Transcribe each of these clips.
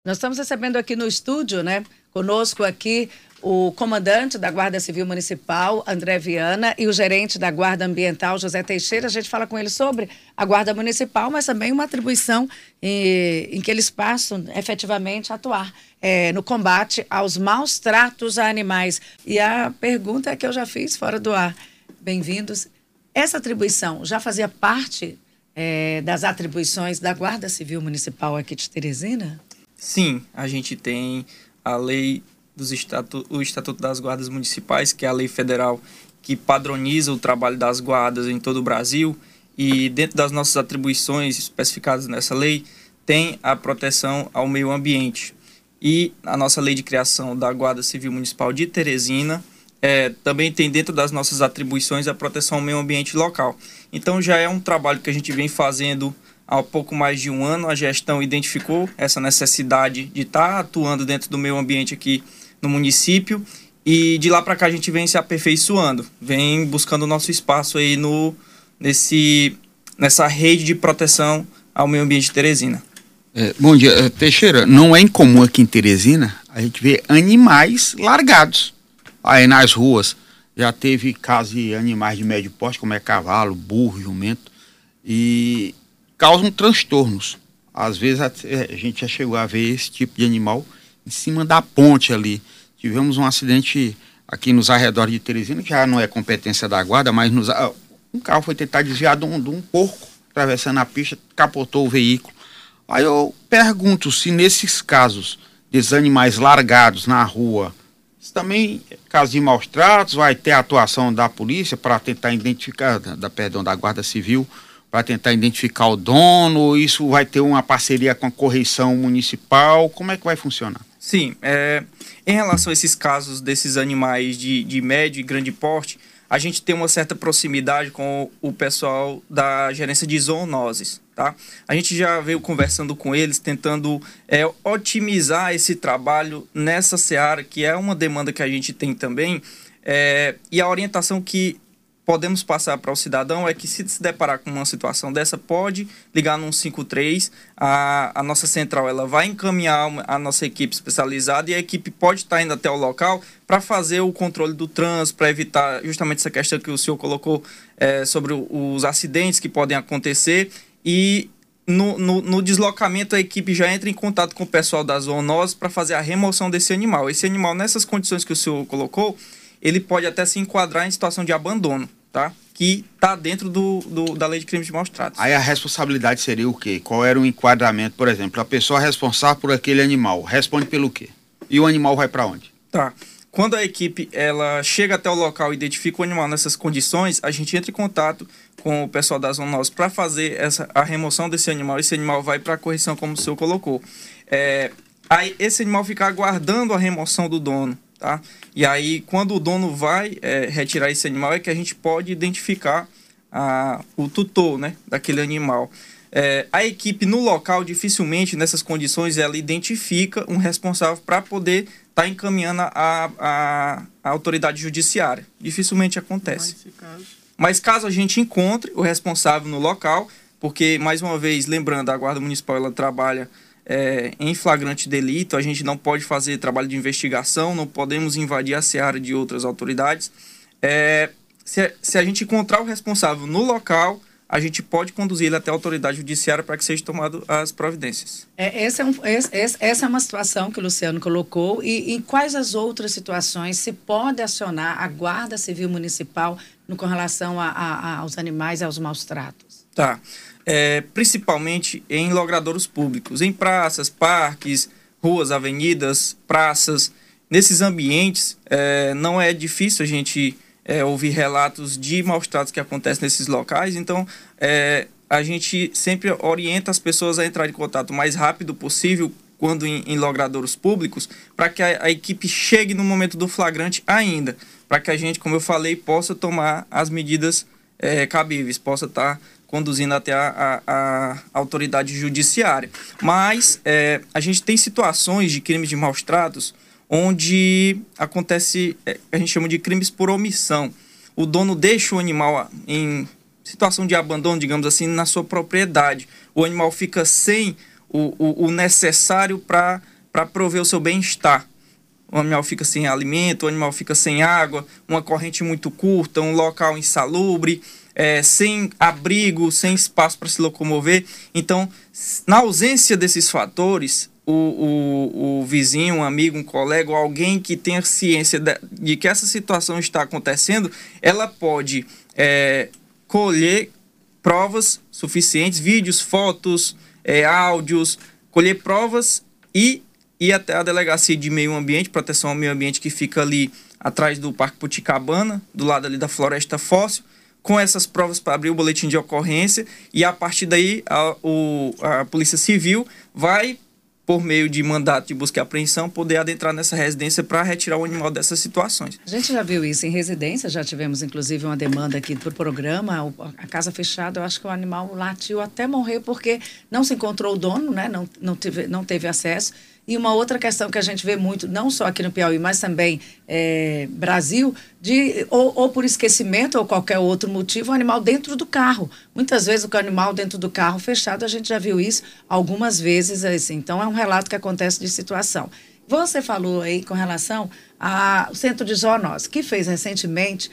Nós estamos recebendo aqui no estúdio, né? Conosco aqui o comandante da Guarda Civil Municipal, André Viana, e o gerente da Guarda Ambiental, José Teixeira. A gente fala com ele sobre a Guarda Municipal, mas também uma atribuição em que eles passam efetivamente a atuar no combate aos maus tratos a animais. E a pergunta que eu já fiz fora do ar. Bem-vindos. Essa atribuição já fazia parte das atribuições da Guarda Civil Municipal aqui de Teresina? Sim, a gente tem a lei o Estatuto das Guardas Municipais, que é a lei federal que padroniza o trabalho das guardas em todo o Brasil, e dentro das nossas atribuições especificadas nessa lei, tem a proteção ao meio ambiente. E a nossa lei de criação da Guarda Civil Municipal de Teresina também tem dentro das nossas atribuições a proteção ao meio ambiente local. Então já é um trabalho que a gente vem fazendo há pouco mais de um ano. A gestão identificou essa necessidade de estar atuando dentro do meio ambiente aqui no município, e de lá para cá a gente vem se aperfeiçoando, vem buscando o nosso espaço aí nessa rede de proteção ao meio ambiente de Teresina. Bom dia, Teixeira. Não é incomum aqui em Teresina a gente ver animais largados aí nas ruas. Já teve casos de animais de médio porte, como é cavalo, burro, jumento, e causam transtornos. Às vezes a gente já chegou a ver esse tipo de animal em cima da ponte ali. Tivemos um acidente aqui nos arredores de Teresina, que já não é competência da guarda, mas um carro foi tentar desviar de um porco atravessando a pista, capotou o veículo. Aí eu pergunto se nesses casos desses animais largados na rua, se também caso de maus tratos, vai ter a atuação da polícia para tentar identificar, da Guarda Civil, para tentar identificar o dono. Isso vai ter uma parceria com a correição municipal? Como é que vai funcionar? Sim, em relação a esses casos desses animais de médio e grande porte, a gente tem uma certa proximidade com o pessoal da gerência de zoonoses, tá? A gente já veio conversando com eles, tentando otimizar esse trabalho nessa seara, que é uma demanda que a gente tem também, e a orientação que podemos passar para o cidadão é que, se deparar com uma situação dessa, pode ligar no 153, a nossa central ela vai encaminhar a nossa equipe especializada, e a equipe pode estar indo até o local para fazer o controle do trânsito, para evitar justamente essa questão que o senhor colocou sobre os acidentes que podem acontecer. E no deslocamento, a equipe já entra em contato com o pessoal da zoonose para fazer a remoção desse animal. Esse animal, nessas condições que o senhor colocou, ele pode até se enquadrar em situação de abandono, tá? Que está dentro da lei de crimes de maus tratos. Aí a responsabilidade seria o quê? Qual era o enquadramento? Por exemplo, a pessoa responsável por aquele animal responde pelo quê? E o animal vai para onde? Tá. Quando a equipe ela chega até o local e identifica o animal nessas condições, a gente entra em contato com o pessoal da zoonose para fazer a remoção desse animal. Esse animal vai para a correção, como o senhor colocou. Aí esse animal fica aguardando a remoção do dono. Tá? E aí, quando o dono vai retirar esse animal, é que a gente pode identificar o tutor, né, daquele animal. A equipe no local, dificilmente, nessas condições, ela identifica um responsável para poder estar encaminhando a autoridade judiciária. Dificilmente acontece. Mas caso a gente encontre o responsável no local, porque, mais uma vez, lembrando, a Guarda Municipal ela trabalha em flagrante delito, a gente não pode fazer trabalho de investigação, não podemos invadir a seara de outras autoridades. Se a gente encontrar o responsável no local, a gente pode conduzir ele até a autoridade judiciária para que sejam tomadas as providências. Essa é uma situação que o Luciano colocou. E em quais as outras situações se pode acionar a Guarda Civil Municipal com relação aos animais e aos maus tratos? Tá. Principalmente em logradouros públicos, em praças, parques, ruas, avenidas, praças. Nesses ambientes, não é difícil a gente ouvir relatos de maus tratos que acontecem nesses locais. Então, a gente sempre orienta as pessoas a entrar em contato o mais rápido possível quando em logradouros públicos, para que a equipe chegue no momento do flagrante ainda, para que a gente, como eu falei, possa tomar as medidas cabíveis, possa estar conduzindo até a autoridade judiciária. Mas a gente tem situações de crimes de maus tratos onde acontece, a gente chama de crimes por omissão. O dono deixa o animal em situação de abandono, digamos assim, na sua propriedade. O animal fica sem o necessário para prover o seu bem-estar. O animal fica sem alimento, o animal fica sem água, uma corrente muito curta, um local insalubre, sem abrigo, sem espaço para se locomover. Então, na ausência desses fatores, o vizinho, um amigo, um colega, ou alguém que tenha ciência de que essa situação está acontecendo, ela pode colher provas suficientes, vídeos, fotos, áudios, colher provas e ir até a Delegacia de Meio Ambiente, Proteção ao Meio Ambiente, que fica ali atrás do Parque Puticabana, do lado ali da Floresta Fóssil, com essas provas para abrir o boletim de ocorrência, e a partir daí a Polícia Civil vai, por meio de mandato de busca e apreensão, poder adentrar nessa residência para retirar o animal dessas situações. A gente já viu isso em residência, já tivemos inclusive uma demanda aqui para o programa, a casa fechada, eu acho que o animal latiu até morrer porque não se encontrou o dono, né? Não teve acesso. E uma outra questão que a gente vê muito, não só aqui no Piauí, mas também Brasil, ou por esquecimento ou qualquer outro motivo, o animal dentro do carro. Muitas vezes o animal dentro do carro fechado, a gente já viu isso algumas vezes. Assim. Então, é um relato que acontece de situação. Você falou aí com relação ao Centro de Zoonose, que fez recentemente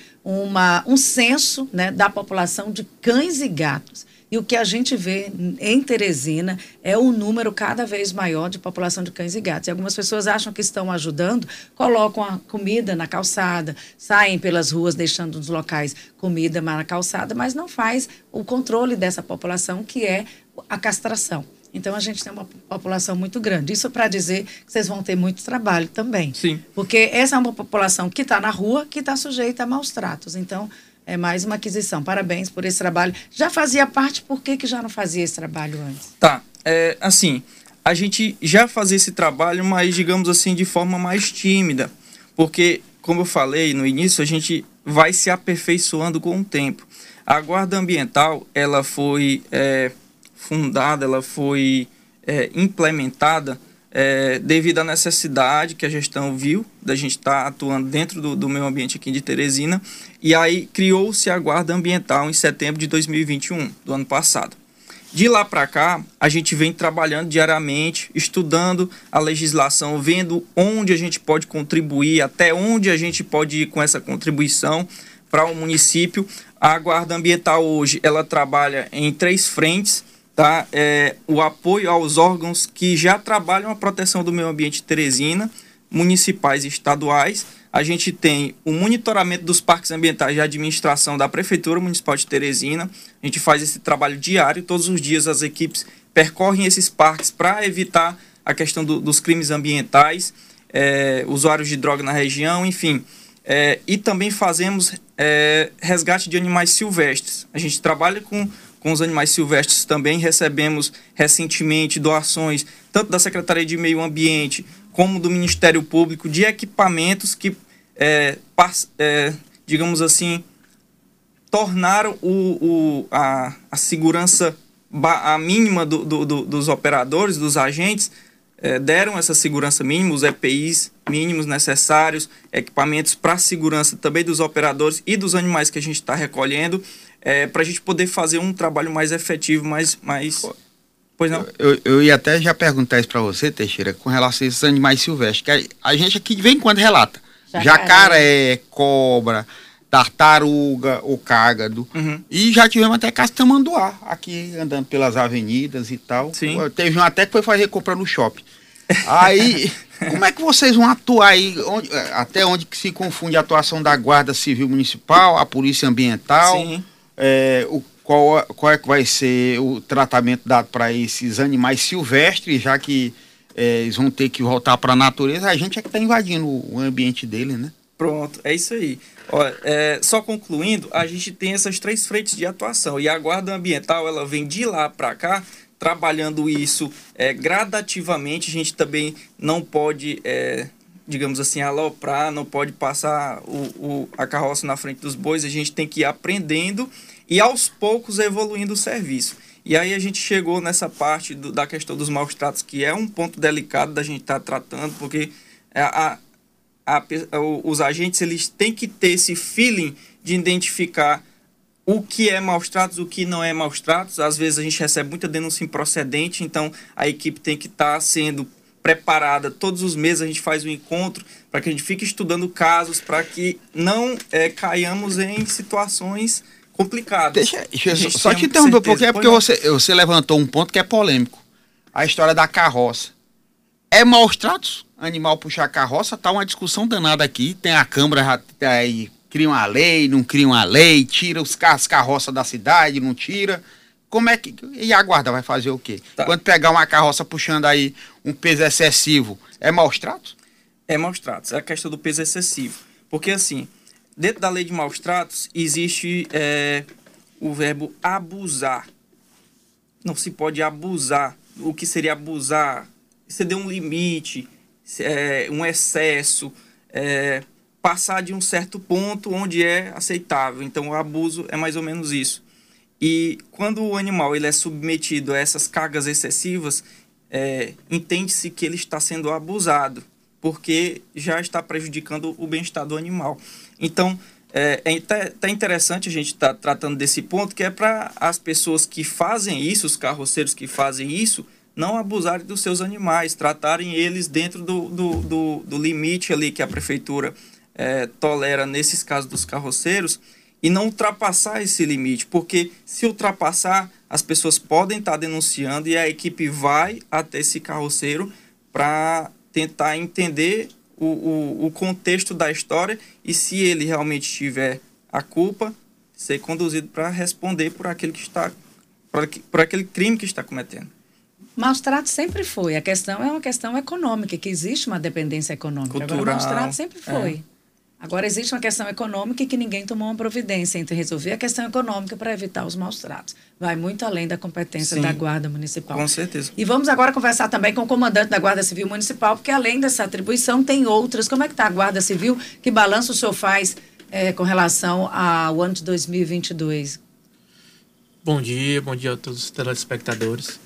um censo, né, da população de cães e gatos. E o que a gente vê em Teresina é um número cada vez maior de população de cães e gatos. E algumas pessoas acham que estão ajudando, colocam a comida na calçada, saem pelas ruas deixando nos locais comida na calçada, mas não faz o controle dessa população, que é a castração. Então, a gente tem uma população muito grande. Isso para dizer que vocês vão ter muito trabalho também. Sim. Porque essa é uma população que está na rua, que está sujeita a maus tratos. Então, é mais uma aquisição. Parabéns por esse trabalho. Já fazia parte, por que já não fazia esse trabalho antes? Tá, assim, a gente já fazia esse trabalho, mas, digamos assim, de forma mais tímida. Porque, como eu falei no início, a gente vai se aperfeiçoando com o tempo. A Guarda Ambiental, ela foi fundada, ela foi implementada devido à necessidade que a gestão viu da gente estar atuando dentro do meio ambiente aqui de Teresina, e aí criou-se a Guarda Ambiental em setembro de 2021, do ano passado. De lá para cá, a gente vem trabalhando diariamente, estudando a legislação, vendo onde a gente pode contribuir, até onde a gente pode ir com essa contribuição para o município. A Guarda Ambiental hoje, ela trabalha em 3 frentes, tá? O apoio aos órgãos que já trabalham a proteção do meio ambiente de Teresina, municipais e estaduais. A gente tem o monitoramento dos parques ambientais de administração da Prefeitura Municipal de Teresina. A gente faz esse trabalho diário, todos os dias as equipes percorrem esses parques para evitar a questão dos crimes ambientais, usuários de droga na região, enfim. E também fazemos resgate de animais silvestres. A gente trabalha com os animais silvestres também. Recebemos recentemente doações tanto da Secretaria de Meio Ambiente como do Ministério Público de equipamentos que, digamos assim, tornaram a segurança a mínima dos operadores, dos agentes, deram essa segurança mínima, os EPIs mínimos necessários, equipamentos para a segurança também dos operadores e dos animais que a gente está recolhendo, para a gente poder fazer um trabalho mais efetivo, mais... Pois não? Eu ia até já perguntar isso para você, Teixeira, com relação a esses animais silvestres, que a gente aqui de vez em quando relata. Jacaré, cobra, tartaruga, o cágado. Uhum. E já tivemos até castamanduá aqui andando pelas avenidas e tal. Sim. Teve um até que foi fazer compra no shopping. Aí, como é que vocês vão atuar aí? Até onde que se confunde a atuação da Guarda Civil Municipal, a Polícia Ambiental? Sim. Qual é que vai ser o tratamento dado para esses animais silvestres, já que eles vão ter que voltar para a natureza? A gente é que está invadindo o ambiente dele, né? Pronto, é isso aí. Olha, só concluindo, a gente tem essas 3 frentes de atuação, e a Guarda Ambiental, ela vem de lá para cá trabalhando isso gradativamente. A gente também não pode, digamos assim, aloprar, não pode passar a carroça na frente dos bois. A gente tem que ir aprendendo e aos poucos evoluindo o serviço. E aí a gente chegou nessa parte da questão dos maus tratos, que é um ponto delicado da gente estar tratando, porque os agentes, eles têm que ter esse feeling de identificar o que é maus tratos, o que não é maus tratos. Às vezes a gente recebe muita denúncia improcedente, então a equipe tem que estar sendo preparada. Todos os meses a gente faz um encontro para que a gente fique estudando casos, para que não caiamos em situações complicadas. Deixa eu só te interromper um pouquinho, porque você levantou um ponto que é polêmico. A história da carroça. É maus tratos? Animal puxar a carroça, tá uma discussão danada aqui. Tem a Câmara aí, cria uma lei, não cria uma lei, tira as carroças da cidade, não tira. Como é que... E a guarda vai fazer o quê? Tá. Quando pegar uma carroça puxando aí um peso excessivo, é maus tratos? É maus tratos, é a questão do peso excessivo. Porque, assim, dentro da lei de maus tratos, existe o verbo abusar. Não se pode abusar. O que seria abusar? Exceder um limite, um excesso, passar de um certo ponto onde é aceitável. Então, o abuso é mais ou menos isso. E quando o animal ele é submetido a essas cargas excessivas, entende-se que ele está sendo abusado, porque já está prejudicando o bem-estar do animal. Então, é interessante a gente estar tratando desse ponto, que é para as pessoas que fazem isso, os carroceiros que fazem isso, não abusarem dos seus animais, tratarem eles dentro do limite ali que a prefeitura tolera nesses casos dos carroceiros, e não ultrapassar esse limite, porque se ultrapassar, as pessoas podem estar denunciando e a equipe vai até esse carroceiro para tentar entender o contexto da história e, se ele realmente tiver a culpa, ser conduzido para responder por aquele por aquele crime que está cometendo. Maus tratos sempre foi. A questão é uma questão econômica, que existe uma dependência econômica. Cultural. Agora, maus tratos sempre foi. Agora, existe uma questão econômica e que ninguém tomou uma providência entre resolver a questão econômica para evitar os maus tratos. Vai muito além da competência Sim, da Guarda Municipal. Com certeza. E vamos agora conversar também com o comandante da Guarda Civil Municipal, porque além dessa atribuição, tem outras. Como é que está a Guarda Civil? Que balanço o senhor faz com relação ao ano de 2022? Bom dia a todos os telespectadores,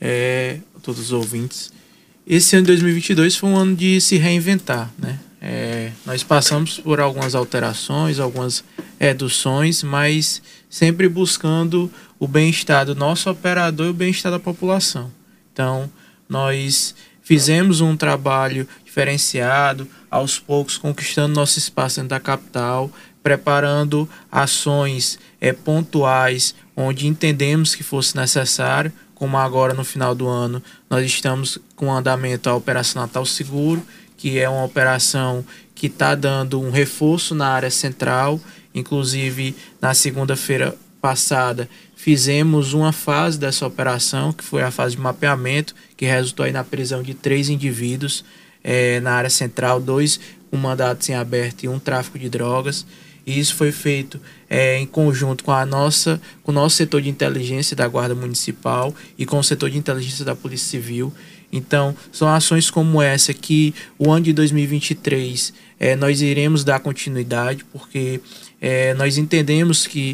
a todos os ouvintes. Esse ano de 2022 foi um ano de se reinventar, né? Nós passamos por algumas alterações, algumas reduções, mas sempre buscando o bem-estar do nosso operador e o bem-estar da população. Então, nós fizemos um trabalho diferenciado, aos poucos conquistando nosso espaço dentro da capital, preparando ações pontuais onde entendemos que fosse necessário, como agora no final do ano nós estamos com andamento a Operação Natal Seguro, que é uma operação que está dando um reforço na área central. Inclusive, na segunda-feira passada, fizemos uma fase dessa operação, que foi a fase de mapeamento, que resultou aí na prisão de 3 indivíduos na área central, 2 com mandatos em aberto e 1 tráfico de drogas. E isso foi feito em conjunto com o nosso setor de inteligência da Guarda Municipal e com o setor de inteligência da Polícia Civil. Então, são ações como essa que o ano de 2023 nós iremos dar continuidade, porque nós entendemos que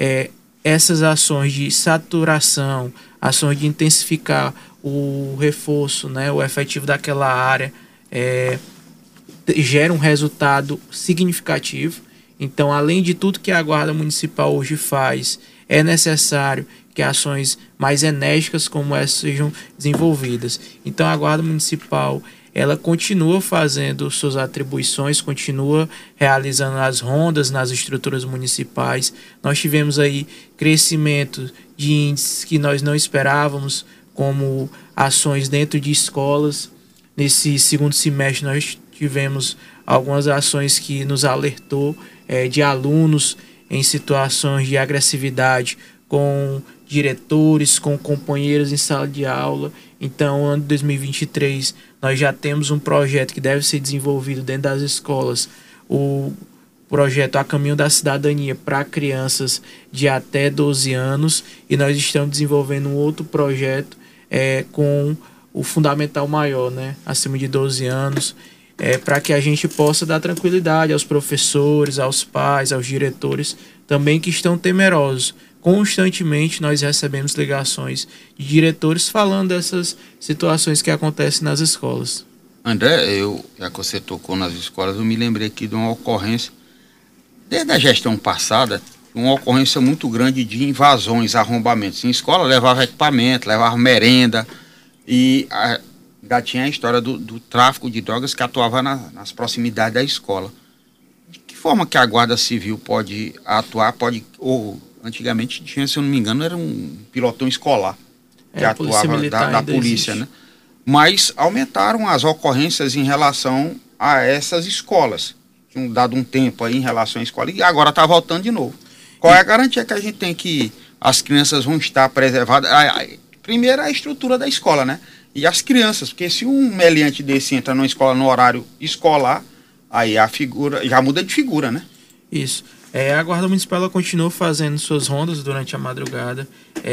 essas ações de saturação, ações de intensificar o reforço, né, o efetivo daquela área, gera um resultado significativo. Então, além de tudo que a Guarda Municipal hoje faz, é necessário que ações mais enérgicas como essas sejam desenvolvidas. Então, a Guarda Municipal, ela continua fazendo suas atribuições, continua realizando as rondas nas estruturas municipais. Nós tivemos aí crescimento de índices que nós não esperávamos, como ações dentro de escolas. Nesse segundo semestre, nós tivemos algumas ações que nos alertou de alunos em situações de agressividade com diretores, com companheiros em sala de aula. Então, ano de 2023, nós já temos um projeto que deve ser desenvolvido dentro das escolas, o projeto A Caminho da Cidadania para crianças de até 12 anos, e nós estamos desenvolvendo um outro projeto com o fundamental maior, né, acima de 12 anos, para que a gente possa dar tranquilidade aos professores, aos pais, aos diretores, também que estão temerosos. Constantemente nós recebemos ligações de diretores falando dessas situações que acontecem nas escolas. André, já que você tocou nas escolas, eu me lembrei aqui de uma ocorrência. Desde a gestão passada, uma ocorrência muito grande de invasões, arrombamentos. Em escola levava equipamento, levava merenda e já tinha a história do tráfico de drogas que atuava nas proximidades da escola. De que forma que a Guarda Civil pode atuar, ou antigamente tinha, se eu não me engano, era um pilotão escolar que atuava da polícia, né? Mas aumentaram as ocorrências em relação a essas escolas. Tinham dado um tempo aí em relação à escola e agora está voltando de novo. Qual é a garantia que a gente tem que as crianças vão estar preservadas? Primeiro, a estrutura da escola, né? E as crianças, porque se um meliante desse entra numa escola no horário escolar, aí a figura já muda de figura, né? Isso. A Guarda Municipal ela continuou fazendo suas rondas durante a madrugada.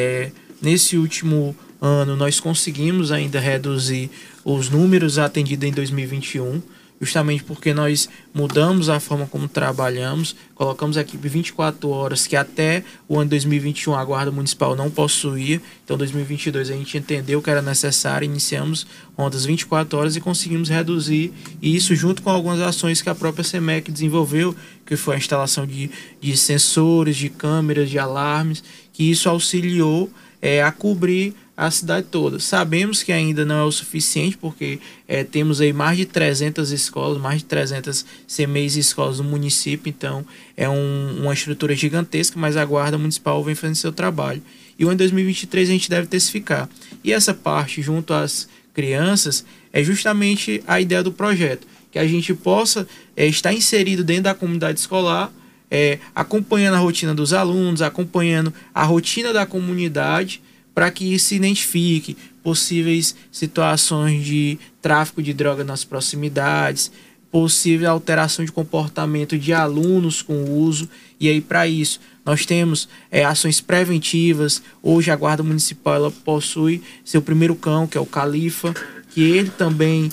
Nesse último ano, nós conseguimos ainda reduzir os números atendidos em 2021, justamente porque nós mudamos a forma como trabalhamos, colocamos a equipe 24 horas, que até o ano 2021 a Guarda Municipal não possuía. Então, em 2022 a gente entendeu que era necessário, iniciamos rondas 24 horas e conseguimos reduzir, e isso junto com algumas ações que a própria CEMEC desenvolveu, que foi a instalação de sensores, de câmeras, de alarmes, que isso auxiliou a cobrir a cidade toda. Sabemos que ainda não é o suficiente, porque temos aí mais de 300 escolas, mais de 300 CMEs e escolas no município, então é uma estrutura gigantesca, mas a Guarda Municipal vem fazendo seu trabalho. E o ano 2023 a gente deve intensificar. E essa parte, junto às crianças, é justamente a ideia do projeto, que a gente possa estar inserido dentro da comunidade escolar, acompanhando a rotina dos alunos, acompanhando a rotina da comunidade, para que se identifique possíveis situações de tráfico de droga nas proximidades, possível alteração de comportamento de alunos com o uso. E aí, para isso, nós temos ações preventivas. Hoje a Guarda Municipal ela possui seu primeiro cão, que é o Califa, que ele também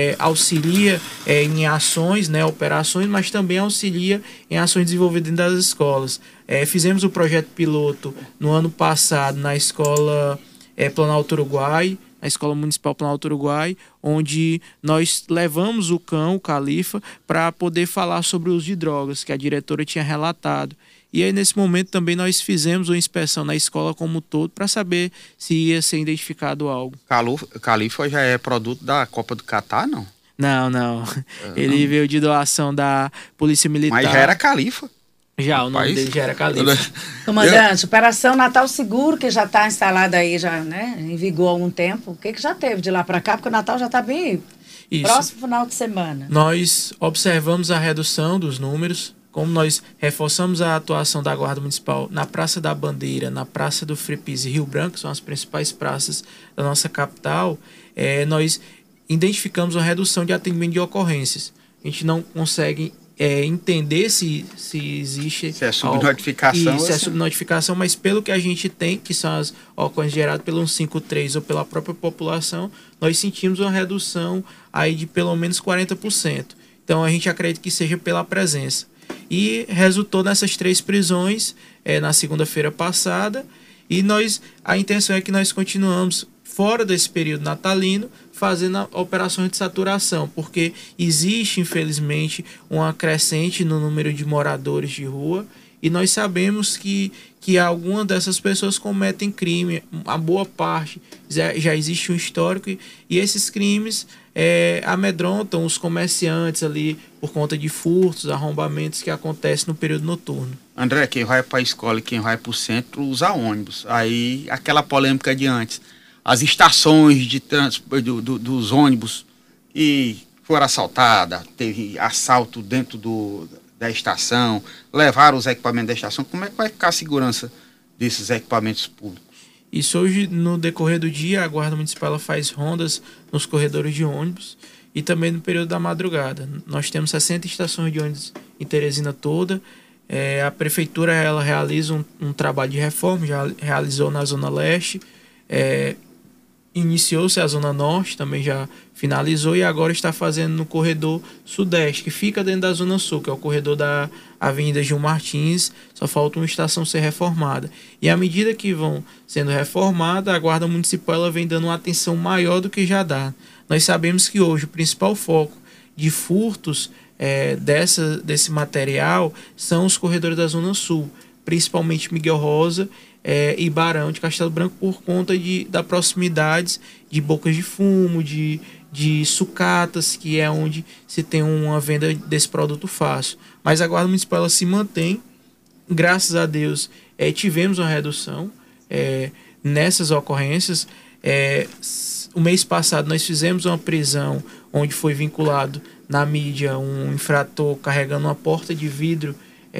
auxilia em ações, né, operações, mas também auxilia em ações desenvolvidas dentro das escolas. Fizemos o projeto piloto no ano passado na escola Planalto Uruguai, na Escola Municipal Planalto Uruguai, onde nós levamos o cão, o Califa, para poder falar sobre o uso de drogas, que a diretora tinha relatado. E aí, nesse momento, também nós fizemos uma inspeção na escola como um todo para saber se ia ser identificado algo. Califa já é produto da Copa do Catar, não? Não. Ele veio de doação da Polícia Militar. Mas já era Califa. Já, o nome dele já era Califa. Comandante, Operação Natal Seguro, que já está instalada aí, já, né, em vigor há algum tempo. O que já teve de lá para cá? Porque o Natal já está bem próximo final de semana. Nós observamos a redução dos números. Como nós reforçamos a atuação da Guarda Municipal na Praça da Bandeira, na Praça do Frepis e Rio Branco, que são as principais praças da nossa capital, nós identificamos uma redução de atendimento de ocorrências. A gente não consegue entender se existe... Se é subnotificação. Isso, é subnotificação, mas pelo que a gente tem, que são as ocorrências geradas pelo 153 ou pela própria população, nós sentimos uma redução aí de pelo menos 40%. Então a gente acredita que seja pela presença. E resultou nessas 3 prisões na segunda-feira passada. E a intenção é que nós continuamos, fora desse período natalino, fazendo operações de saturação, porque existe, infelizmente, uma crescente no número de moradores de rua, e nós sabemos que algumas dessas pessoas cometem crime, a boa parte já existe um histórico, e esses crimes amedrontam os comerciantes ali por conta de furtos, arrombamentos que acontecem no período noturno. André, quem vai para a escola e quem vai para o centro usa ônibus. Aí, aquela polêmica de antes, as estações de dos ônibus e foram assaltadas, teve assalto dentro da estação, levaram os equipamentos da estação. Como é que vai ficar a segurança desses equipamentos públicos? Isso hoje, no decorrer do dia, a Guarda Municipal ela faz rondas nos corredores de ônibus e também no período da madrugada. Nós temos 60 estações de ônibus em Teresina toda. A Prefeitura ela realiza um trabalho de reforma, já realizou na Zona Leste, iniciou-se a Zona Norte, também já finalizou, e agora está fazendo no corredor Sudeste, que fica dentro da Zona Sul, que é o corredor da Avenida Gil Martins. Só falta uma estação ser reformada. E à medida que vão sendo reformadas, a Guarda Municipal ela vem dando uma atenção maior do que já dá. Nós sabemos que hoje o principal foco de furtos desse material são os corredores da Zona Sul, principalmente Miguel Rosa e Barão de Castelo Branco, por conta da proximidade de bocas de fumo, de sucatas, que é onde se tem uma venda desse produto fácil. Mas a Guarda Municipal ela se mantém, graças a Deus tivemos uma redução nessas ocorrências. O mês passado nós fizemos uma prisão onde foi vinculado na mídia um infrator carregando uma porta de vidro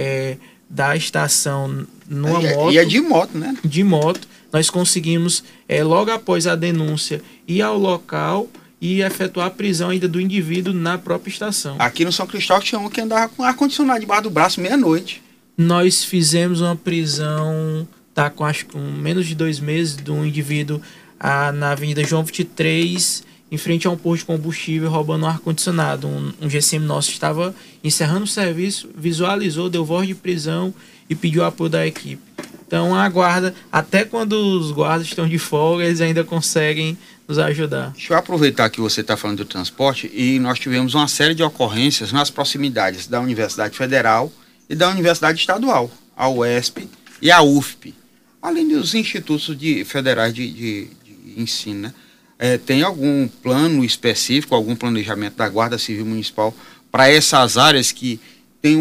da estação numa moto. E é de moto, né? De moto. Nós conseguimos, logo após a denúncia, ir ao local e efetuar a prisão ainda do indivíduo na própria estação. Aqui no São Cristóvão tinha um que andava com ar-condicionado debaixo do braço meia-noite. Nós fizemos uma prisão, com acho que menos de 2 meses, de um indivíduo na Avenida João 23, em frente a um posto de combustível, roubando um ar-condicionado. Um GCM nosso estava encerrando o serviço, visualizou, deu voz de prisão e pediu apoio da equipe. Então a guarda, até quando os guardas estão de folga, eles ainda conseguem nos ajudar. Deixa eu aproveitar que você está falando do transporte, e nós tivemos uma série de ocorrências nas proximidades da Universidade Federal e da Universidade Estadual, a UESP e a UFP, além dos institutos federais de ensino, né? Tem algum plano específico, algum planejamento da Guarda Civil Municipal para essas áreas que tem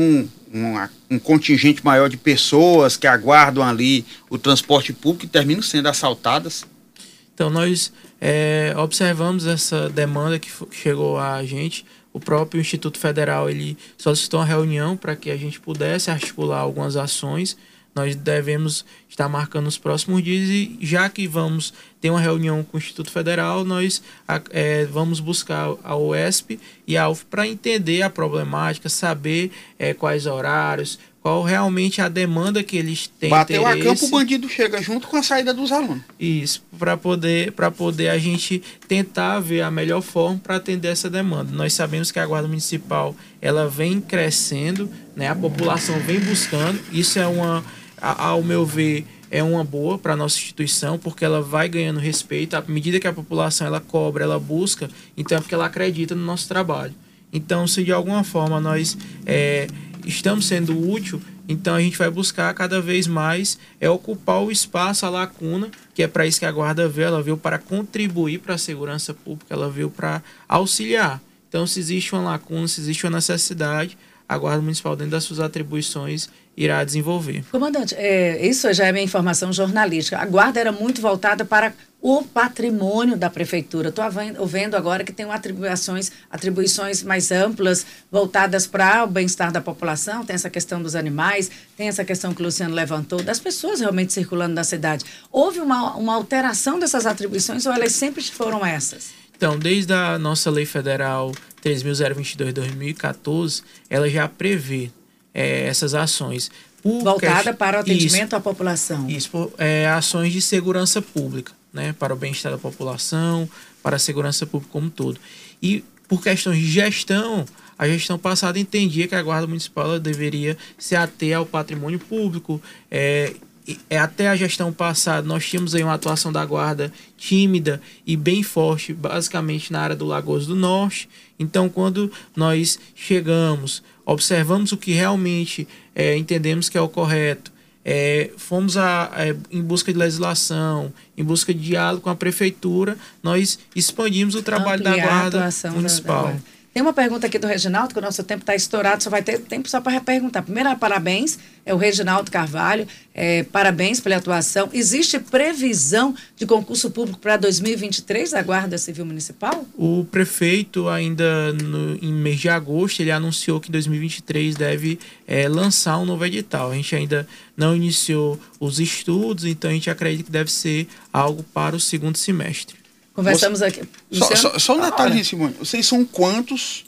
um contingente maior de pessoas que aguardam ali o transporte público e terminam sendo assaltadas? Então nós observamos essa demanda que chegou a gente. O próprio Instituto Federal ele solicitou uma reunião para que a gente pudesse articular algumas ações. Nós devemos estar marcando os próximos dias e, já que vamos ter uma reunião com o Instituto Federal, nós vamos buscar a UESP e a UF para entender a problemática, saber quais horários, qual realmente a demanda que eles têm. Bateu a campo, o bandido chega junto com a saída dos alunos. Isso, para poder a gente tentar ver a melhor forma para atender essa demanda. Nós sabemos que a Guarda Municipal ela vem crescendo, né? A população vem buscando, isso ao meu ver, é uma boa para a nossa instituição, porque ela vai ganhando respeito. À medida que a população ela cobra, ela busca, então é porque ela acredita no nosso trabalho. Então, se de alguma forma nós estamos sendo útil, então a gente vai buscar cada vez mais ocupar o espaço, a lacuna, que é para isso que a Guarda veio. Ela veio para contribuir para a segurança pública, ela veio para auxiliar. Então, se existe uma lacuna, se existe uma necessidade, a Guarda Municipal, dentro das suas atribuições, irá desenvolver. Comandante, isso já é minha informação jornalística. A Guarda era muito voltada para o patrimônio da Prefeitura. Estou vendo agora que tem atribuições mais amplas, voltadas para o bem-estar da população. Tem essa questão dos animais, tem essa questão que o Luciano levantou, das pessoas realmente circulando na cidade. Houve uma alteração dessas atribuições ou elas sempre foram essas? Então, desde a nossa Lei Federal 3.022 de 2014, ela já prevê essas ações. Voltada para o atendimento à população. Isso, ações de segurança pública, né, para o bem-estar da população, para a segurança pública como um todo. E por questões de gestão, a gestão passada entendia que a Guarda Municipal ela deveria se ater ao patrimônio público. Até a gestão passada, nós tínhamos aí uma atuação da Guarda tímida e bem forte, basicamente na área do Lagoas do Norte. Então, quando nós chegamos, observamos o que realmente entendemos que é o correto, fomos em busca de legislação, em busca de diálogo com a Prefeitura, nós expandimos o trabalho da Guarda Municipal. Tem uma pergunta aqui do Reginaldo, que o nosso tempo está estourado, só vai ter tempo só para reperguntar. Primeiro, parabéns, é o Reginaldo Carvalho, parabéns pela atuação. Existe previsão de concurso público para 2023 da Guarda Civil Municipal? O prefeito, ainda em mês de agosto, ele anunciou que em 2023 deve lançar um novo edital. A gente ainda não iniciou os estudos, então a gente acredita que deve ser algo para o segundo semestre. Conversamos aqui. Só um detalhe, Simone. Vocês são quantos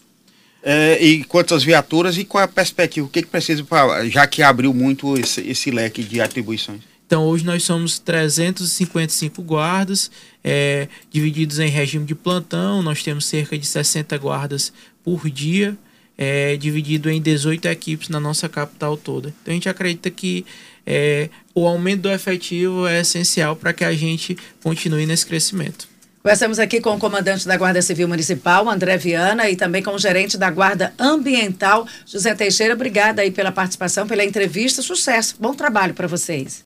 e quantas viaturas e qual é a perspectiva? O que precisa, já que abriu muito esse leque de atribuições? Então, hoje nós somos 355 guardas, divididos em regime de plantão. Nós temos cerca de 60 guardas por dia, dividido em 18 equipes na nossa capital toda. Então, a gente acredita que o aumento do efetivo é essencial para que a gente continue nesse crescimento. Conversamos aqui com o comandante da Guarda Civil Municipal, André Viana, e também com o gerente da Guarda Ambiental, José Teixeira. Obrigada aí pela participação, pela entrevista. Sucesso. Bom trabalho para vocês.